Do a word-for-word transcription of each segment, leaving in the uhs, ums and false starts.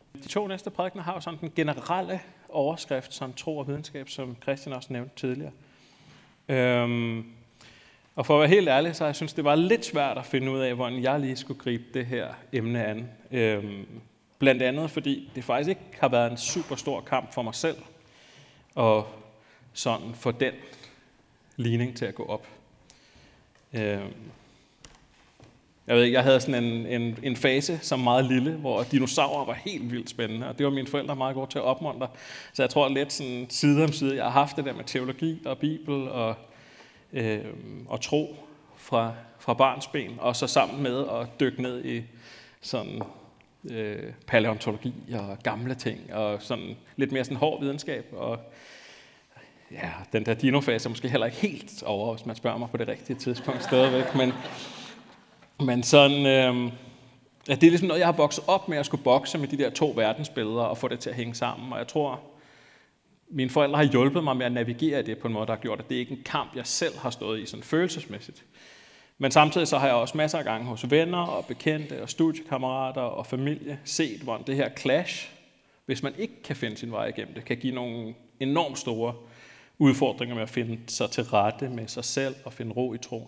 De to næste prædikener har jo sådan den generelle overskrift, som tro og videnskab, som Christian også nævnte tidligere. Øhm, og for at være helt ærlig, så jeg synes det var lidt svært at finde ud af, hvordan jeg lige skulle gribe det her emne an. Øhm, blandt andet, fordi det faktisk ikke har været en super stor kamp for mig selv, og sådan få den ligning til at gå op. Øhm, Jeg ved ikke, jeg havde sådan en, en, en fase som meget lille, hvor dinosaurer var helt vildt spændende, og det var mine forældre meget gode til at opmuntre. Så jeg tror lidt sådan side om side, jeg har haft det der med teologi og bibel og, øh, og tro fra, fra barnsben, og så sammen med at dykke ned i sådan øh, palæontologi og gamle ting, og sådan lidt mere sådan hård videnskab. Og ja, den der dinofase er måske heller ikke helt over, hvis man spørger mig på det rigtige tidspunkt stadigvæk, men Men sådan, øh, ja, det er ligesom noget, jeg har vokset op med at skulle bokse med de der to verdensbilleder og få det til at hænge sammen. Og jeg tror, mine forældre har hjulpet mig med at navigere i det på en måde, der har gjort, at det ikke er en kamp, jeg selv har stået i sådan følelsesmæssigt. Men samtidig så har jeg også masser af gange hos venner og bekendte og studiekammerater og familie set, hvordan det her clash, hvis man ikke kan finde sin vej igennem det, kan give nogle enormt store udfordringer med at finde sig til rette med sig selv og finde ro i troen.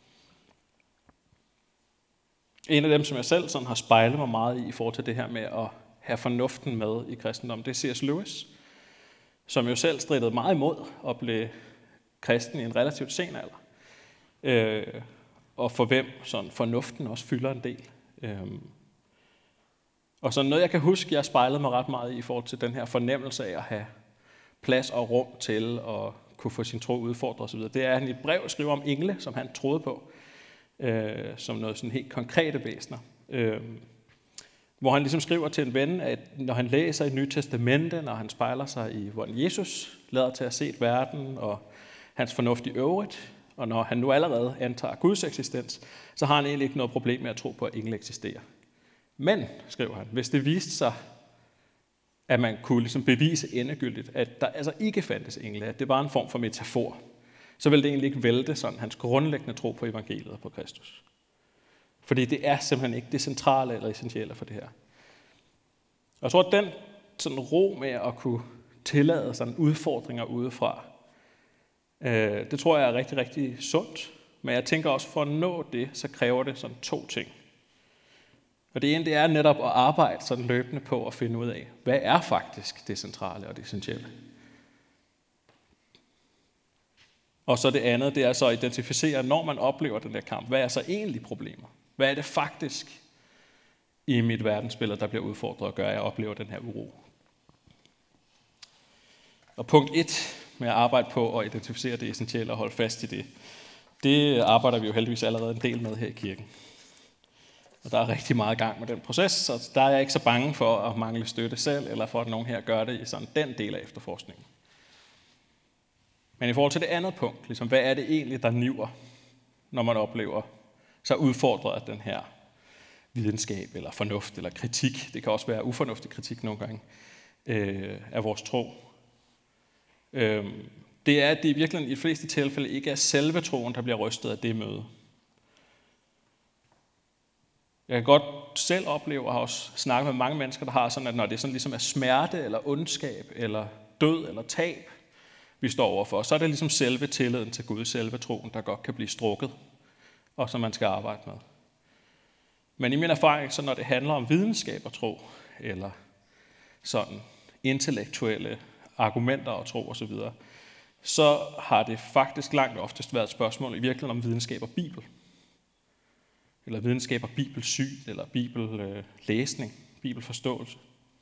En af dem, som jeg selv sådan har spejlet mig meget i, i forhold til det her med at have fornuften med i kristendom, det er C S Lewis, som jo selv strittede meget imod at blive kristen i en relativt sen alder. Øh, og for hvem sådan fornuften også fylder en del. Øh, og så noget, jeg kan huske, jeg spejlede mig ret meget i, i forhold til den her fornemmelse af at have plads og rum til at kunne få sin tro udfordret osv., det er, at han i et brev skriver om engle, som han troede på, Øh, som noget sådan helt konkrete væsener. Øh, hvor han ligesom skriver til en ven, at når han læser i Nye Testamente, når han spejler sig i, hvordan Jesus lader til at se verden og hans fornuft i øvrigt, og når han nu allerede antager Guds eksistens, så har han egentlig ikke noget problem med at tro på, at engle eksisterer. Men, skriver han, hvis det viste sig, at man kunne ligesom bevise endegyldigt, at der altså ikke fandtes engle, at det var en form for metafor, så vil det egentlig ikke vælte sådan hans grundlæggende tro på evangeliet og på Kristus. Fordi det er simpelthen ikke det centrale eller essentielle for det her. Og jeg tror, at den sådan ro med at kunne tillade sådan udfordringer udefra, øh, det tror jeg er rigtig, rigtig sundt. Men jeg tænker også, for at nå det, så kræver det sådan to ting. Og det ene, det er netop at arbejde sådan løbende på at finde ud af, hvad er faktisk det centrale og det essentielle. Og så det andet, det er så at identificere, når man oplever den der kamp, hvad er så egentlig problemer? Hvad er det faktisk i mit verdensbillede, der bliver udfordret og gør, at jeg oplever den her uro? Og punkt et med at arbejde på at identificere det essentielle og holde fast i det, det arbejder vi jo heldigvis allerede en del med her i kirken. Og der er rigtig meget gang med den proces, så der er jeg ikke så bange for at mangle støtte selv, eller for at nogen her gør det i sådan den del af efterforskningen. Men i forhold til det andet punkt, ligesom, hvad er det egentlig, der niver, når man oplever sig udfordret af den her videnskab, eller fornuft, eller kritik. Det kan også være ufornuftig kritik nogle gange øh, af vores tro. Øh, det er, at det i virkeligheden i de fleste tilfælde ikke er selve troen, der bliver rystet af det møde. Jeg kan godt selv opleve, og har også snakket med mange mennesker, der har sådan, at når det sådan ligesom er smerte, eller ondskab, eller død, eller tab, vi står overfor, så er det ligesom selve tilliden til Gud, selve troen, der godt kan blive strukket, og som man skal arbejde med. Men i min erfaring, så når det handler om videnskab og tro, eller sådan intellektuelle argumenter og tro osv., så har det faktisk langt oftest været et spørgsmål i virkeligheden om videnskab og bibel. Eller videnskab og bibelsyn, eller bibellæsning, bibelforståelse.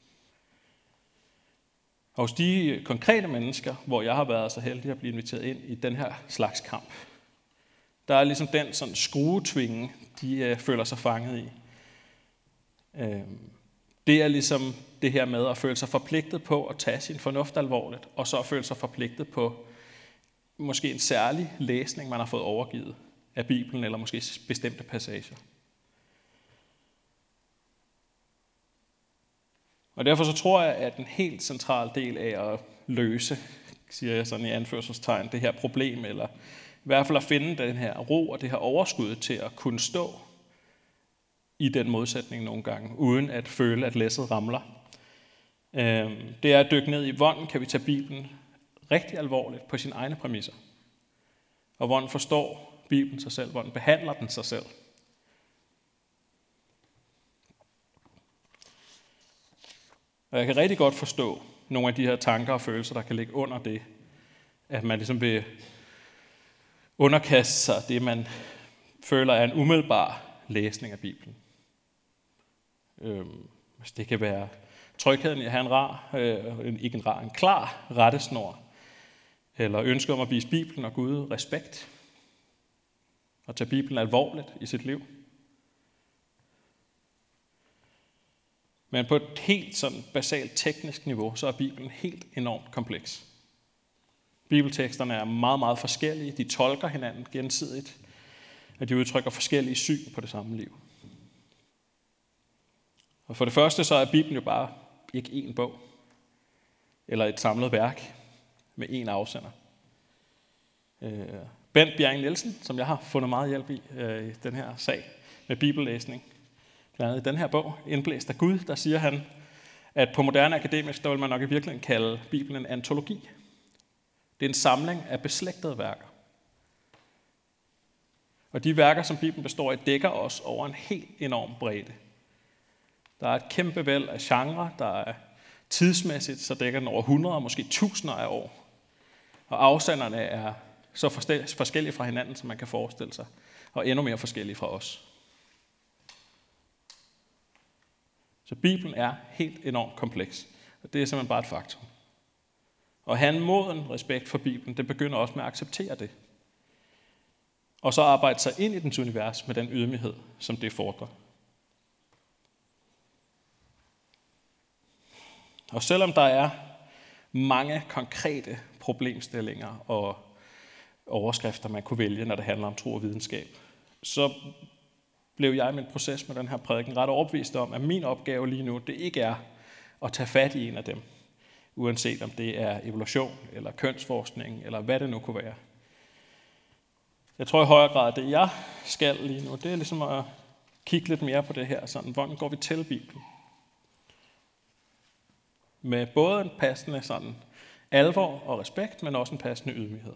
Og hos de konkrete mennesker, hvor jeg har været så heldig at blive inviteret ind i den her slags kamp, der er ligesom den sådan skruetvinge, de øh, føler sig fanget i. Øh, det er ligesom det her med at føle sig forpligtet på at tage sin fornuft alvorligt, og så at føle sig forpligtet på måske en særlig læsning, man har fået overgivet af Bibelen, eller måske bestemte passager. Og derfor så tror jeg, at en helt central del af at løse, siger jeg sådan i anførselstegn, det her problem, eller i hvert fald at finde den her ro og det her overskud til at kunne stå i den modsætning nogle gange, uden at føle, at læsset ramler, Det er at dykke ned i, hvordan kan vi tage Bibelen rigtig alvorligt på sine egne præmisser. Og hvordan forstår Bibelen sig selv, hvordan behandler den sig selv. Og jeg kan rigtig godt forstå nogle af de her tanker og følelser, der kan ligge under det, at man ligesom vil underkaste sig det, man føler er en umiddelbar læsning af Bibelen. Øhm, det kan være trygheden i at have en rar, øh, ikke en rar, en klar rettesnor, eller ønsket om at vise Bibelen og Gud respekt, og tage Bibelen alvorligt i sit liv. Men på et helt sådan basalt teknisk niveau, så er Bibelen helt enormt kompleks. Bibelteksterne er meget, meget forskellige. De tolker hinanden gensidigt, og de udtrykker forskellige syn på det samme liv. Og for det første, så er Bibelen jo bare ikke én bog, eller et samlet værk med én afsender. Bent Bjerring Nielsen, som jeg har fundet meget hjælp i i den her sag med bibellæsning, blandt andet i den her bog, Indblæst af Gud, der siger han, at på moderne akademisk, der vil man nok i virkeligheden kalde Bibelen en antologi. Det er en samling af beslægtede værker. Og de værker, som Bibelen består af, dækker os over en helt enorm bredde. Der er et kæmpe væld af genre, der er tidsmæssigt, så dækker den over hundreder, måske tusinder af år. Og afsenderne er så forskellige fra hinanden, som man kan forestille sig, og endnu mere forskellige fra os. Så Bibelen er helt enormt kompleks, og det er simpelthen bare et faktum. Og have en moden respekt for Bibelen, det begynder også med at acceptere det. Og så arbejde sig ind i dens univers med den ydmyghed, som det fordrer. Og selvom der er mange konkrete problemstillinger og overskrifter, man kunne vælge, når det handler om tro og videnskab, så blev jeg i min proces med den her prædiken ret overbevist om, at min opgave lige nu, det ikke er at tage fat i en af dem, uanset om det er evolution, eller kønsforskning, eller hvad det nu kunne være. Jeg tror i højere grad, at det jeg skal lige nu, det er ligesom at kigge lidt mere på det her, sådan, hvordan går vi til Bibelen? Med både en passende sådan alvor og respekt, men også en passende ydmyghed.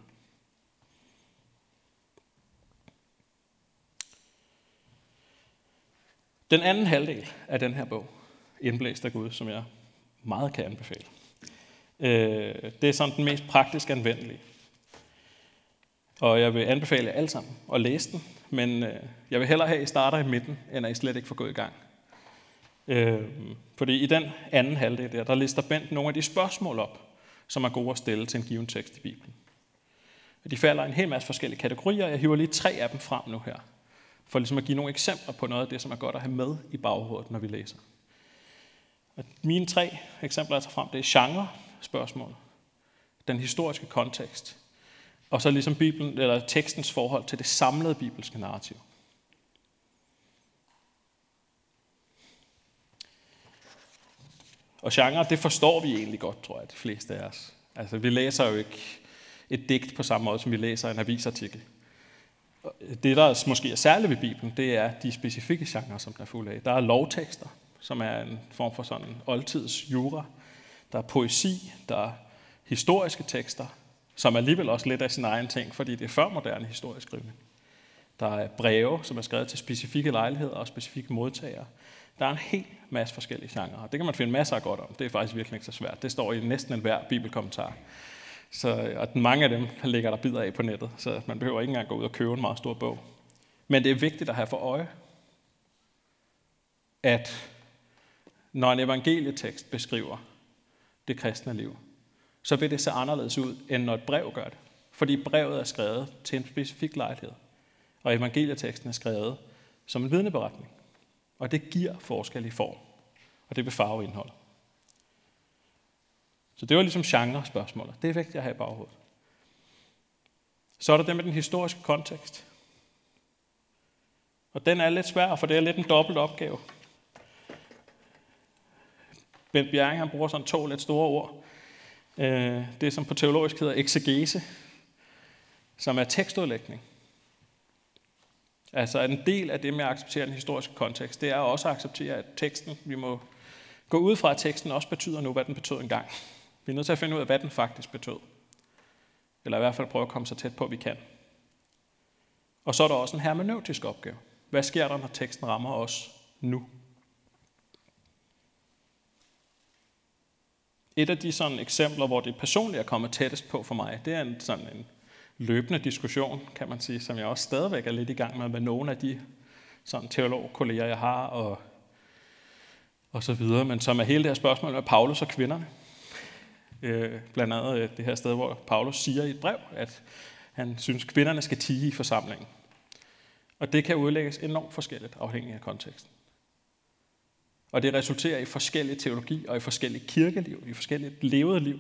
Den anden halvdel af den her bog, Indblæst af Gud, som jeg meget kan anbefale, det er sådan den mest praktisk anvendelige. Og jeg vil anbefale jer alle sammen at læse den, men jeg vil hellere have, at I starter i midten, end at I slet ikke får gået i gang. Fordi i den anden halvdel der, der lister Bent nogle af de spørgsmål op, som er gode at stille til en given tekst i Bibelen. De falder i en hel masse forskellige kategorier, og jeg hiver lige tre af dem frem nu her, for ligesom at give nogle eksempler på noget af det, som er godt at have med i baghovedet, når vi læser. Og mine tre eksempler, jeg tager frem, det er genre-spørgsmål, den historiske kontekst, og så ligesom Bibelen, eller tekstens forhold til det samlede bibelske narrativ. Og genre, det forstår vi egentlig godt, tror jeg, de fleste af os. Altså, vi læser jo ikke et digt på samme måde, som vi læser en avisartikel. Det, der måske er særligt ved Bibelen, det er de specifikke genrer, som den er fuld af. Der er lovtekster, som er en form for sådan en oldtids jura. Der er poesi, der er historiske tekster, som er alligevel også lidt af sin egen ting, fordi det er før moderne historisk skrivning. Der er breve, som er skrevet til specifikke lejligheder og specifikke modtagere. Der er en hel masse forskellige genrer, og det kan man finde masser af godt om. Det er faktisk virkelig ikke så svært. Det står i næsten enhver bibelkommentar. Så, og mange af dem ligger der bidder af på nettet, så man behøver ikke engang gå ud og købe en meget stor bog. Men det er vigtigt at have for øje, at når en evangelietekst beskriver det kristne liv, så vil det se anderledes ud, end når et brev gør det. Fordi brevet er skrevet til en specifik lejlighed, og evangelieteksten er skrevet som en vidneberetning. Og det giver forskel i form, og det vil farve indholdet. Så det var ligesom genre-spørgsmålet. Det er vigtigt at have i baghovedet. Så er der det med den historiske kontekst. Og den er lidt svær, for det er lidt en dobbelt opgave. Bent Bjerring, han bruger sådan to lidt store ord. Det, som på teologisk hedder eksegese, som er tekstudlægning. Altså en del af det med at acceptere den historiske kontekst, det er også at acceptere, at teksten, vi må gå ud fra, at teksten også betyder nu, hvad den betød engang. Vi er nødt til at finde ud af, hvad den faktisk betød. Eller i hvert fald prøve at komme så tæt på, vi kan. Og så er der også en hermeneutisk opgave. Hvad sker der, når teksten rammer os nu? Et af de sådan eksempler, hvor det personligt er kommet tættest på for mig, det er en, sådan en løbende diskussion, kan man sige, som jeg også stadigvæk er lidt i gang med, med nogle af de sådan teologkolleger, jeg har, og, og så videre, men som er hele det her spørgsmål med Paulus og kvinderne. Øh, blandt andet det her sted, hvor Paulus siger i et brev, at han synes, kvinderne skal tie i forsamlingen. Og det kan udlægges enormt forskelligt, afhængig af konteksten. Og det resulterer i forskellige teologi og i forskellige kirkeliv, i forskellige levede liv.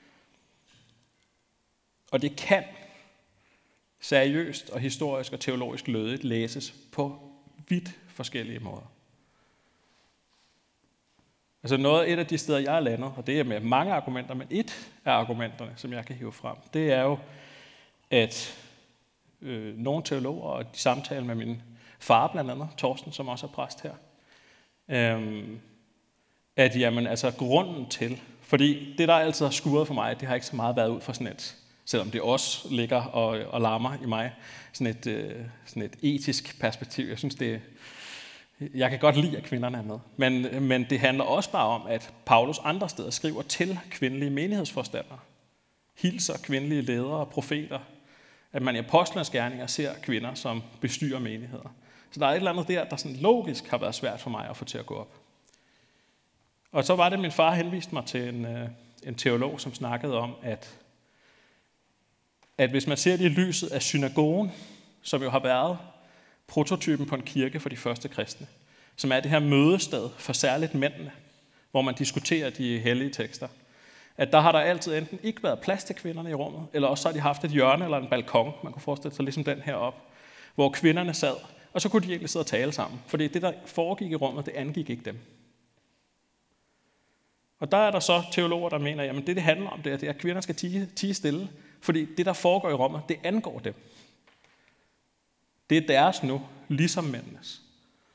Og det kan seriøst og historisk og teologisk lødigt læses på vidt forskellige måder. Altså noget, et af de steder, jeg er landet, og det er med mange argumenter, men et af argumenterne, som jeg kan hive frem, det er jo, at øh, nogle teologer, og de samtaler med min far blandt andet, Torsten, som også er præst her, øh, at jamen, altså grunden til, fordi det, der altid har skuret for mig, det har ikke så meget været ud fra sådan et, selvom det også ligger og, og larmer i mig, sådan et, øh, sådan et etisk perspektiv. Jeg synes, det Jeg kan godt lide, at kvinderne er med. Men, men det handler også bare om, at Paulus andre steder skriver til kvindelige menighedsforstandere. Hilser kvindelige ledere og profeter. At man i apostlenes gerninger ser kvinder, som bestyrer menigheder. Så der er et eller andet der, der sådan logisk har været svært for mig at få til at gå op. Og så var det, min far henviste mig til en, en teolog, som snakkede om, at, at hvis man ser det i lyset af synagogen, som jo har været prototypen på en kirke for de første kristne, som er det her mødested for særligt mændene, hvor man diskuterer de hellige tekster, at der har der altid enten ikke været plads til kvinderne i rummet, eller også har de haft et hjørne eller en balkon, man kunne forestille sig ligesom den her op, hvor kvinderne sad, og så kunne de egentlig sidde og tale sammen, fordi det, der foregik i rummet, det angik ikke dem. Og der er der så teologer, der mener, at det, det handler om, det er, at kvinder skal tie, tie stille, fordi det, der foregår i rummet, det angår dem. Det er deres nu, ligesom mændenes.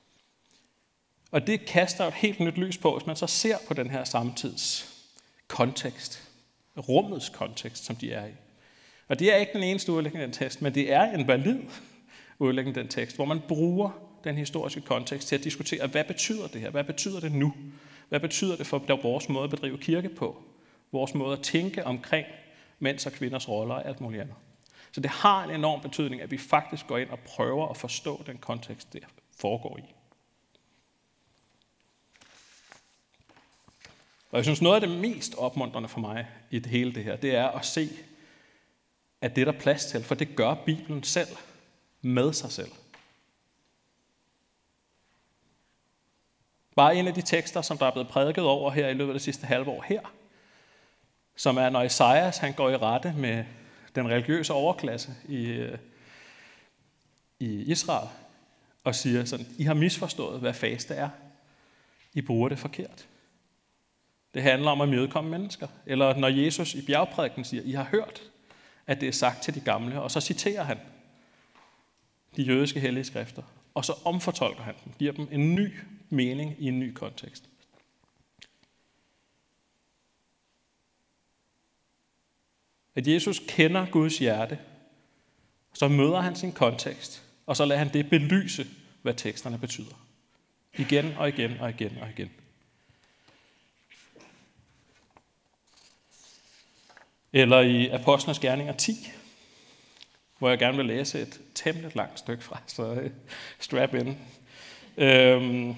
Og det kaster et helt nyt lys på, hvis man så ser på den her samtids kontekst, rummets kontekst, som de er i. Og det er ikke den eneste udlægning af den tekst, men det er en valid udlægning af den tekst, hvor man bruger den historiske kontekst til at diskutere, hvad betyder det her? Hvad betyder det nu? Hvad betyder det for vores måde at bedrive kirke på? Vores måde at tænke omkring mænds og kvinders roller og alt muligt andet. Så det har en enorm betydning, at vi faktisk går ind og prøver at forstå den kontekst, det foregår i. Og jeg synes, noget af det mest opmuntrende for mig i det hele det her, det er at se, at det er der plads til, for det gør Bibelen selv med sig selv. Bare en af de tekster, som der er blevet prædiket over her i løbet af det sidste halve år her, som er, når Esajas han går i rette med den religiøse overklasse i, i Israel, og siger sådan, I har misforstået, hvad faste er. I bruger det forkert. Det handler om at imødekomme mennesker. Eller når Jesus i bjergprædiken siger, I har hørt, at det er sagt til de gamle, og så citerer han de jødiske hellige skrifter, og så omfortolker han dem, giver dem en ny mening i en ny kontekst. At Jesus kender Guds hjerte, så møder han sin kontekst, og så lader han det belyse, hvad teksterne betyder. Igen og igen og igen og igen. Eller i Apostlenes Gerninger ti, hvor jeg gerne vil læse et temmelig langt stykke fra, så strap in. Øhm,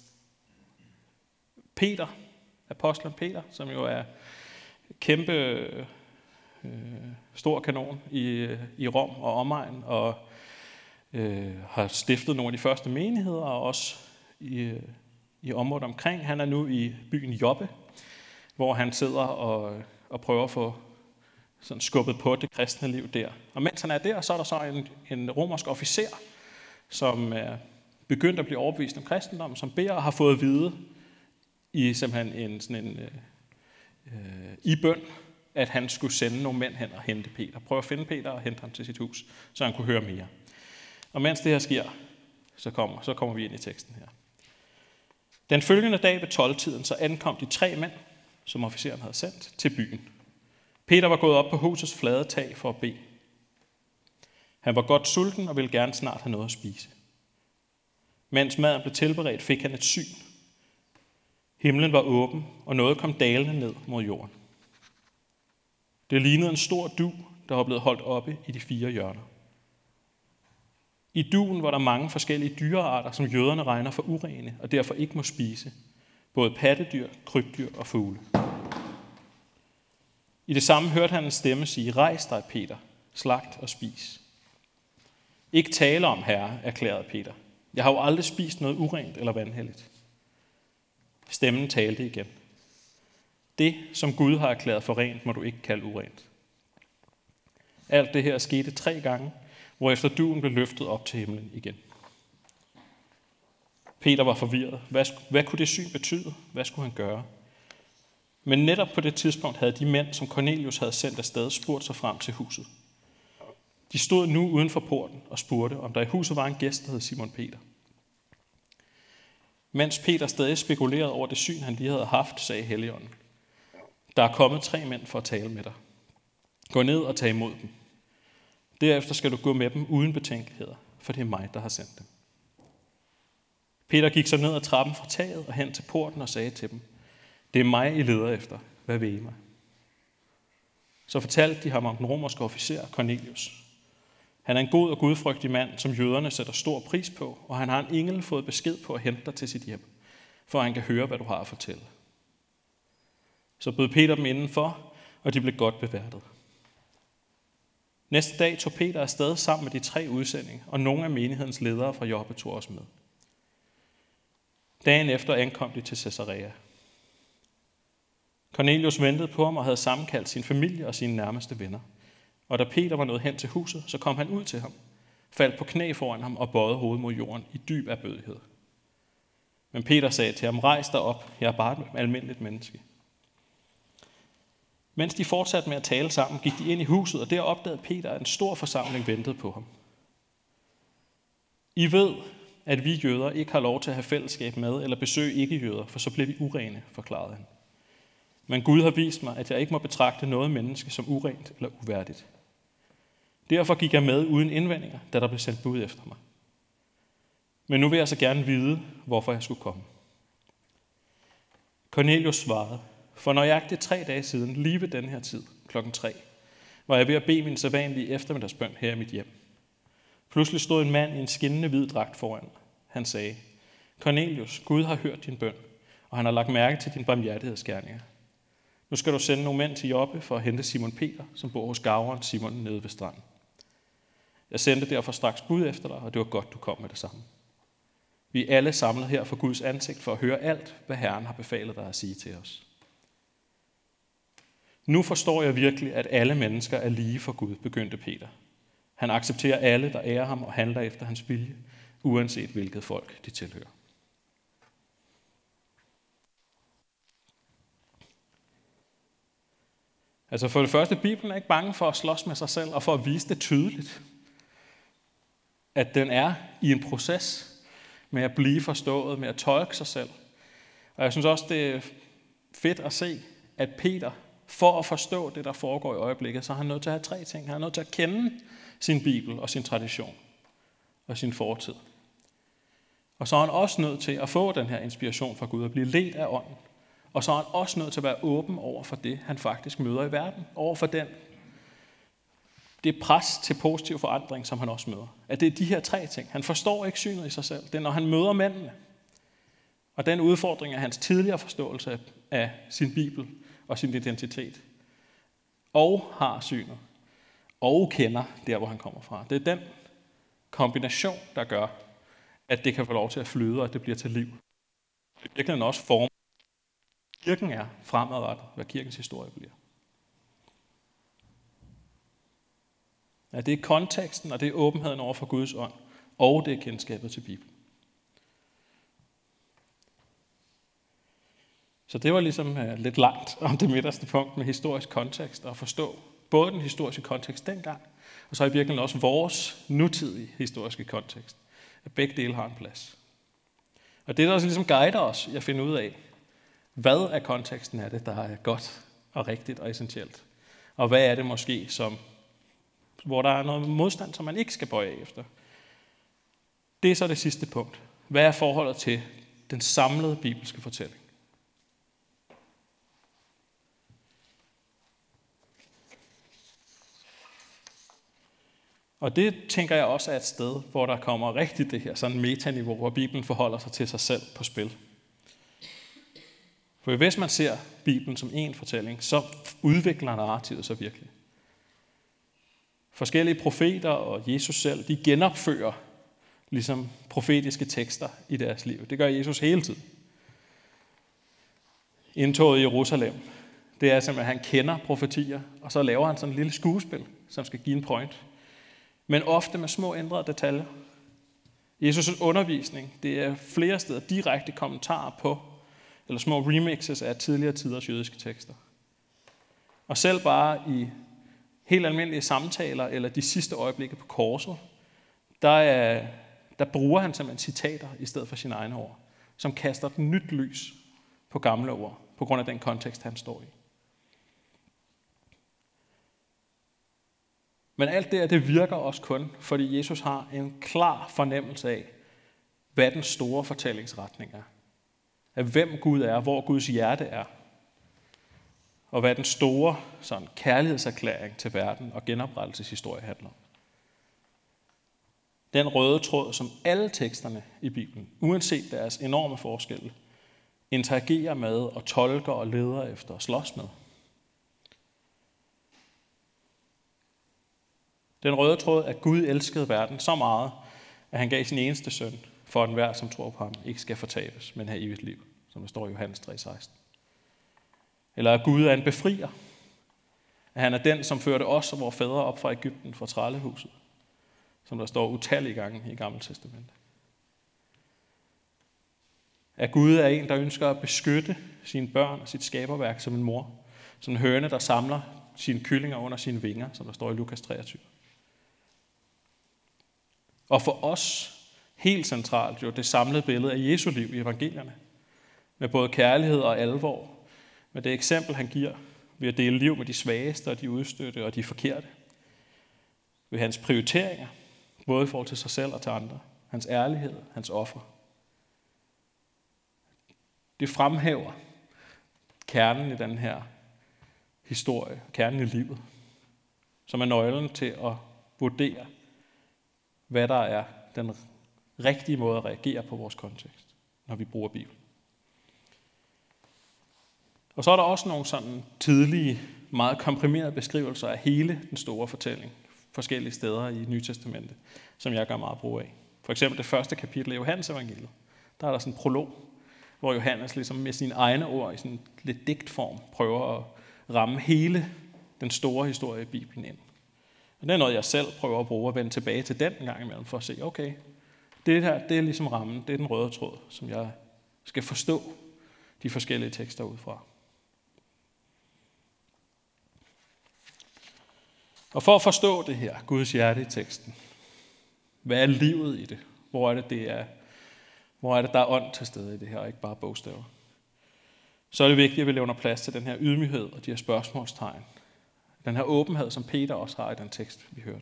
Peter, apostlen Peter, som jo er kæmpe øh, stor kanon i, i Rom og omegn, og øh, har stiftet nogle af de første menigheder, og også i, i området omkring. Han er nu i byen Joppe, hvor han sidder og, og prøver at få sådan skubbet på det kristne liv der. Og mens han er der, så er der så en, en romersk officer, som er begyndt at blive overbevist om kristendom, som beder og har fået at vide i simpelthen en sådan en øh, i bøn, at han skulle sende nogle mænd hen og hente Peter. Prøve at finde Peter og hente ham til sit hus, så han kunne høre mere. Og mens det her sker, så kommer, så kommer vi ind i teksten her. Den følgende dag ved tolv-tiden, så ankom de tre mænd, som officeren havde sendt, til byen. Peter var gået op på husets flade tag for at bede. Han var godt sulten og ville gerne snart have noget at spise. Mens maden blev tilberedt, fik han et syn. Himlen var åben, og noget kom dalende ned mod jorden. Det lignede en stor dug, der var blevet holdt oppe i de fire hjørner. I dugen var der mange forskellige dyrearter, som jøderne regner for urene, og derfor ikke må spise. Både pattedyr, krybdyr og fugle. I det samme hørte han en stemme sige, rejs dig, Peter, slagt og spis. Ikke tale om, herre, erklærede Peter. Jeg har jo aldrig spist noget urent eller vanhelligt. Stemmen talte igen. Det, som Gud har erklæret for rent, må du ikke kalde urent. Alt det her skete tre gange, hvorefter dugen blev løftet op til himlen igen. Peter var forvirret. Hvad, hvad kunne det syn betyde? Hvad skulle han gøre? Men netop på det tidspunkt havde de mænd, som Cornelius havde sendt afsted, spurgt sig frem til huset. De stod nu uden for porten og spurgte, om der i huset var en gæst, der hed Simon Peter. Mens Peter stadig spekulerede over det syn, han lige havde haft, sagde Helligånden, der er kommet tre mænd for at tale med dig. Gå ned og tag imod dem. Derefter skal du gå med dem uden betænkeligheder, for det er mig, der har sendt dem. Peter gik så ned ad trappen fra taget og hen til porten og sagde til dem, det er mig, I leder efter. Hvad vil I mig? Så fortalte de ham om den romerske officer Cornelius. Han er en god og gudfrygtig mand, som jøderne sætter stor pris på, og han har en engel fået besked på at hente dig til sit hjem, for han kan høre, hvad du har at fortælle. Så bød Peter dem indenfor, og de blev godt beværtet. Næste dag tog Peter afsted sammen med de tre udsendinge, og nogle af menighedens ledere fra Joppe tog også med. Dagen efter ankom de til Caesarea. Cornelius ventede på ham og havde sammenkaldt sin familie og sine nærmeste venner. Og da Peter var nået hen til huset, så kom han ud til ham, faldt på knæ foran ham og bøjede hovedet mod jorden i dyb erbødighed. Men Peter sagde til ham, rejs dig op, jeg er bare et almindeligt menneske. Mens de fortsatte med at tale sammen, gik de ind i huset, og der opdagede Peter, at en stor forsamling ventede på ham. I ved, at vi jøder ikke har lov til at have fællesskab med eller besøge ikke-jøder, for så bliver vi urene, forklarede han. Men Gud har vist mig, at jeg ikke må betragte noget menneske som urent eller uværdigt. Derfor gik jeg med uden indvendinger, da der blev sendt bud efter mig. Men nu vil jeg så gerne vide, hvorfor jeg skulle komme. Cornelius svarede, for nøjagtigt tre dage siden, lige ved den her tid, klokken tre, var jeg ved at bede min sædvanlige eftermiddagsbøn her i mit hjem. Pludselig stod en mand i en skinnende hvid dragt foran mig. Han sagde, Cornelius, Gud har hørt din bøn, og han har lagt mærke til din barmhjertighedsgerninger. Nu skal du sende nogle mænd til Joppe for at hente Simon Peter, som bor hos garveren Simon nede ved stranden. Jeg sendte derfor straks bud efter dig, og det var godt, du kom med det samme. Vi er alle samlet her for Guds ansigt for at høre alt, hvad Herren har befalet dig at sige til os. Nu forstår jeg virkelig, at alle mennesker er lige for Gud, begyndte Peter. Han accepterer alle, der ærer ham og handler efter hans vilje, uanset hvilket folk de tilhører. Altså for det første, Bibelen er ikke bange for at slås med sig selv og for at vise det tydeligt. At den er i en proces med at blive forstået, med at tolke sig selv. Og jeg synes også, det er fedt at se, at Peter, for at forstå det, der foregår i øjeblikket, så er han nødt til at have tre ting. Han er nødt til at kende sin Bibel og sin tradition og sin fortid. Og så er han også nødt til at få den her inspiration fra Gud og blive ledt af ånden. Og så er han også nødt til at være åben over for det, han faktisk møder i verden. Over for den, det pres til positiv forandring, som han også møder. At det er de her tre ting. Han forstår ikke synet i sig selv. Det er, når han møder mændene. Og den udfordring er hans tidligere forståelse af sin Bibel og sin identitet. Og har synet. Og kender der, hvor han kommer fra. Det er den kombination, der gør, at det kan få lov til at flyde, og at det bliver til liv. Det er virkelig også form. Kirken er fremadrettet, hvad kirkens historie bliver. Ja, det er konteksten, og det er åbenheden over for Guds ånd, og det er kendskabet til Bibelen. Så det var ligesom uh, lidt langt om det midterste punkt med historisk kontekst, og forstå både den historiske kontekst dengang, og så i virkeligheden også vores nutidige historiske kontekst. At begge dele har en plads. Og det er der også ligesom guider os i at finde ud af, hvad er konteksten af det, der er godt og rigtigt og essentielt. Og hvad er det måske, som, hvor der er noget modstand, som man ikke skal bøje af efter. Det er så det sidste punkt. Hvad er forholdet til den samlede bibelske fortælling? Og det tænker jeg også er et sted, hvor der kommer rigtigt det her sådan metaniveau, hvor Bibelen forholder sig til sig selv på spil. For hvis man ser Bibelen som en fortælling, så udvikler narrativet sig virkelig. Forskellige profeter og Jesus selv, de genopfører ligesom profetiske tekster i deres liv. Det gør Jesus hele tiden. Indtoget i Jerusalem, det er simpelthen, at han kender profetier, og så laver han sådan et lille skuespil, som skal give en point. Men ofte med små ændrede detaljer. Jesus' undervisning, det er flere steder direkte kommentarer på, eller små remixes af tidligere tiders jødiske tekster. Og selv bare i helt almindelige samtaler, eller de sidste øjeblikke på korset, der, er, der bruger han simpelthen citater i stedet for sine egne ord, som kaster et nyt lys på gamle ord, på grund af den kontekst, han står i. Men alt det, det virker også kun, fordi Jesus har en klar fornemmelse af, hvad den store fortællingsretning er. Af hvem Gud er, hvor Guds hjerte er. Og hvad den store sådan, kærlighedserklæring til verden og genoprettelseshistorie handler om. Den røde tråd, som alle teksterne i Bibelen, uanset deres enorme forskelle, interagerer med og tolker og leder efter og slås med. Den røde tråd er, at Gud elskede verden så meget, at han gav sin eneste søn, for at enhver, som tror på ham, ikke skal fortabes, men have evigt liv, som der står i Johannes tre seksten. Eller at Gud er en befrier. At han er den, som førte os og vores fædre op fra Egypten, fra trællehuset, som der står utallige gange i Gamle Testamente. At Gud er en, der ønsker at beskytte sine børn og sit skaberværk som en mor. Som en høne, der samler sine kyllinger under sine vinger, som der står i Lukas treogtyve. Og for os, helt centralt jo, det samlede billede af Jesu liv i evangelierne. Med både kærlighed og alvor. Med det eksempel, han giver ved at dele liv med de svageste og de udstødte og de forkerte. Ved hans prioriteringer, både i forhold til sig selv og til andre. Hans ærlighed, hans offer. Det fremhæver kernen i den her historie, kernen i livet, som er nøglen til at vurdere, hvad der er den rigtige måde at reagere på vores kontekst, når vi bruger Bibelen. Og så er der også nogle sådan tidlige, meget komprimerede beskrivelser af hele den store fortælling, forskellige steder i Nye Testamente, som jeg gør meget brug af. For eksempel det første kapitel af Johannes evangeliet. Der er der sådan en prolog, hvor Johannes ligesom med sine egne ord i sådan lidt digtform prøver at ramme hele den store historie i Bibelen ind. Og det er noget, jeg selv prøver at bruge at vende tilbage til den en gang imellem, for at se, okay, det her, det er ligesom rammen, det er den røde tråd, som jeg skal forstå de forskellige tekster ud fra. Og for at forstå det her, Guds hjerte i teksten, hvad er livet i det? Hvor er det, det er, hvor er det, der er ånd til stede i det her, og ikke bare bogstaver? Så er det vigtigt, at vi levner plads til den her ydmyghed og de her spørgsmålstegn. Den her åbenhed, som Peter også har i den tekst, vi hørte.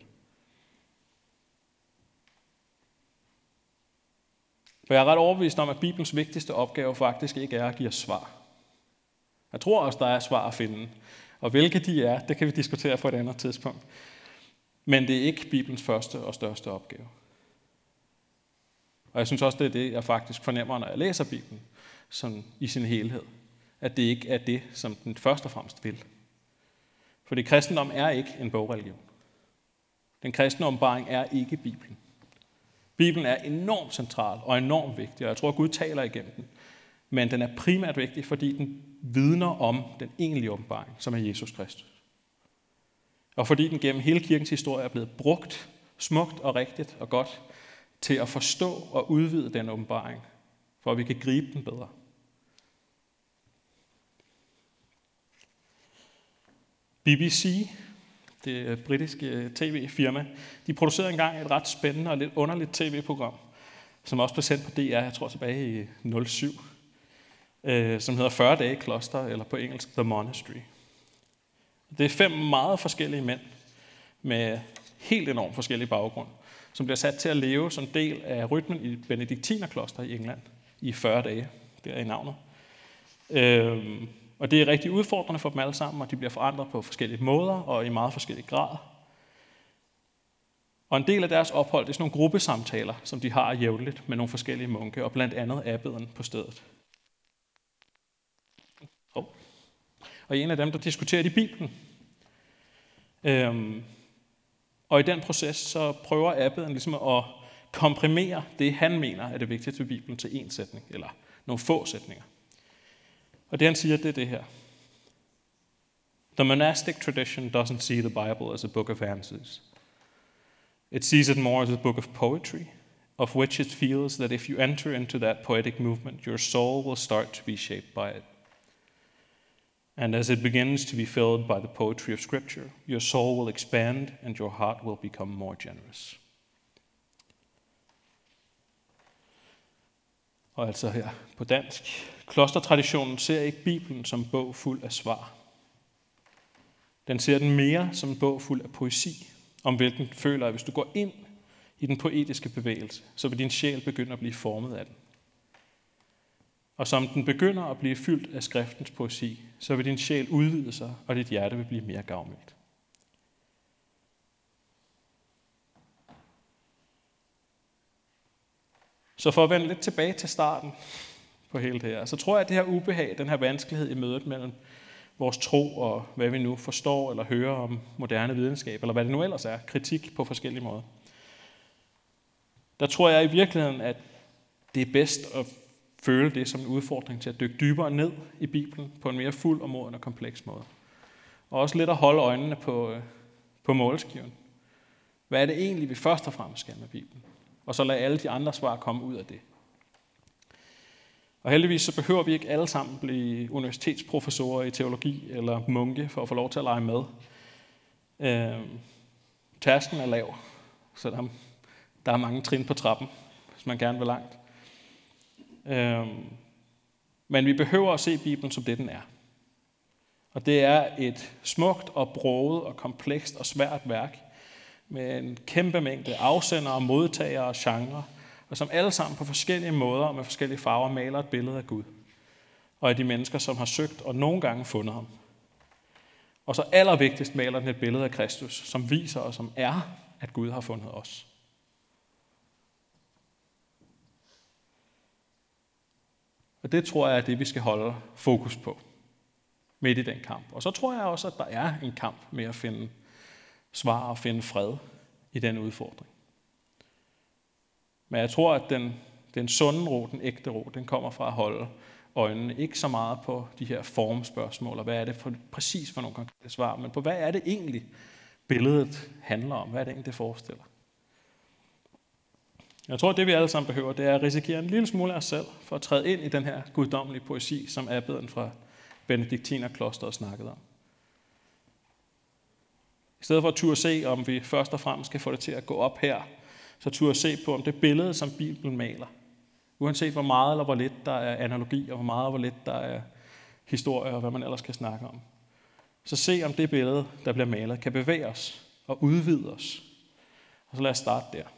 For jeg er ret overbevist om, at Bibelens vigtigste opgave faktisk ikke er at give os svar. Jeg tror også, der er svar at finde. Og hvilke de er, det kan vi diskutere på et andet tidspunkt. Men det er ikke Bibelens første og største opgave. Og jeg synes også, det er det, jeg faktisk fornemmer, når jeg læser Bibelen sådan i sin helhed. At det ikke er det, som den først og fremmest vil. Fordi kristendom er ikke en bogreligion. Den kristne åbenbaring er ikke Bibelen. Bibelen er enormt central og enormt vigtig, og jeg tror, at Gud taler igennem den. Men den er primært vigtig, fordi den vidner om den egentlige åbenbaring, som er Jesus Kristus. Og fordi den gennem hele kirkens historie er blevet brugt smukt og rigtigt og godt til at forstå og udvide den åbenbaring, for at vi kan gribe den bedre. B B C, det britiske tv-firma, de producerede engang et ret spændende og lidt underligt tv-program, som også blev sendt på D R, jeg tror tilbage i nul syv, øh, som hedder fyrre dage i kloster, eller på engelsk The Monastery. Det er fem meget forskellige mænd med helt enormt forskellige baggrund, som bliver sat til at leve som del af rytmen i benediktinerkloster i England i fyrre dage, der er i navnet. Øhm, og det er rigtig udfordrende for dem alle sammen, og de bliver forandret på forskellige måder og i meget forskellige grad. Og en del af deres ophold, det er sådan nogle gruppesamtaler, som de har jævnligt med nogle forskellige munke, og blandt andet abbeden på stedet. Oh. Og en af dem, der diskuterer de Bibelen. Øhm, og i den proces, så prøver abbeden ligesom at komprimere det, han mener er det vigtigste ved Bibelen til en sætning, eller nogle få sætninger. Og det han siger, det er det her. The monastic tradition doesn't see the Bible as a book of answers. It sees it more as a book of poetry, of which it feels that if you enter into that poetic movement, your soul will start to be shaped by it. And as it begins to be filled by the poetry of Scripture, your soul will expand and your heart will become more generous. Og altså her på dansk. Klostertraditionen ser ikke Bibelen som en bog fuld af svar. Den ser den mere som en bog fuld af poesi, om hvilken du føler, at hvis du går ind i den poetiske bevægelse, så vil din sjæl begynde at blive formet af den. Og som den begynder at blive fyldt af skriftens poesi, så vil din sjæl udvide sig, og dit hjerte vil blive mere gavmildt. Så for at vende lidt tilbage til starten på hele det her, så tror jeg, at det her ubehag, den her vanskelighed i mødet mellem vores tro og hvad vi nu forstår eller hører om moderne videnskab, eller hvad det nu ellers er, kritik på forskellige måder, der tror jeg i virkeligheden, at det er bedst at føle det som en udfordring til at dykke dybere ned i Bibelen på en mere fuld og moden og kompleks måde. Og også lidt at holde øjnene på, på målskiven. Hvad er det egentlig, vi først og fremmest skal med Bibelen? Og så lade alle de andre svar komme ud af det. Og heldigvis så behøver vi ikke alle sammen blive universitetsprofessorer i teologi eller munke for at få lov til at lege med. Øh, tærsklen er lav, så der, der er mange trin på trappen, hvis man gerne vil langt. Øh, men vi behøver at se Bibelen som det, den er. Og det er et smukt og broget og komplekst og svært værk, med en kæmpe mængde afsendere, modtagere og genre, og som alle sammen på forskellige måder og med forskellige farver maler et billede af Gud, og af de mennesker, som har søgt og nogle gange fundet ham. Og så allervigtigst maler den et billede af Kristus, som viser og som er, at Gud har fundet os. Og det tror jeg er det, vi skal holde fokus på midt i den kamp. Og så tror jeg også, at der er en kamp med at finde svar og finde fred i den udfordring. Men jeg tror, at den, den sunde ro, den ægte ro, den kommer fra at holde øjnene ikke så meget på de her formspørgsmål, og hvad er det for, præcis for nogle konkrete svar, men på hvad er det egentlig, billedet handler om, hvad er det egentlig, det forestiller. Jeg tror, at det vi alle sammen behøver, det er at risikere en lille smule af os selv, for at træde ind i den her guddommelige poesi, som abbeden fra benediktinerklosteret snakkede om. I stedet for at turde se, om vi først og fremmest skal få det til at gå op her, så turde se på, om det billede, som Bibelen maler, uanset hvor meget eller hvor lidt der er analogi, og hvor meget og hvor lidt der er historie, og hvad man ellers kan snakke om. Så se, om det billede, der bliver malet, kan bevæge os og udvide os. Og så lad os starte der.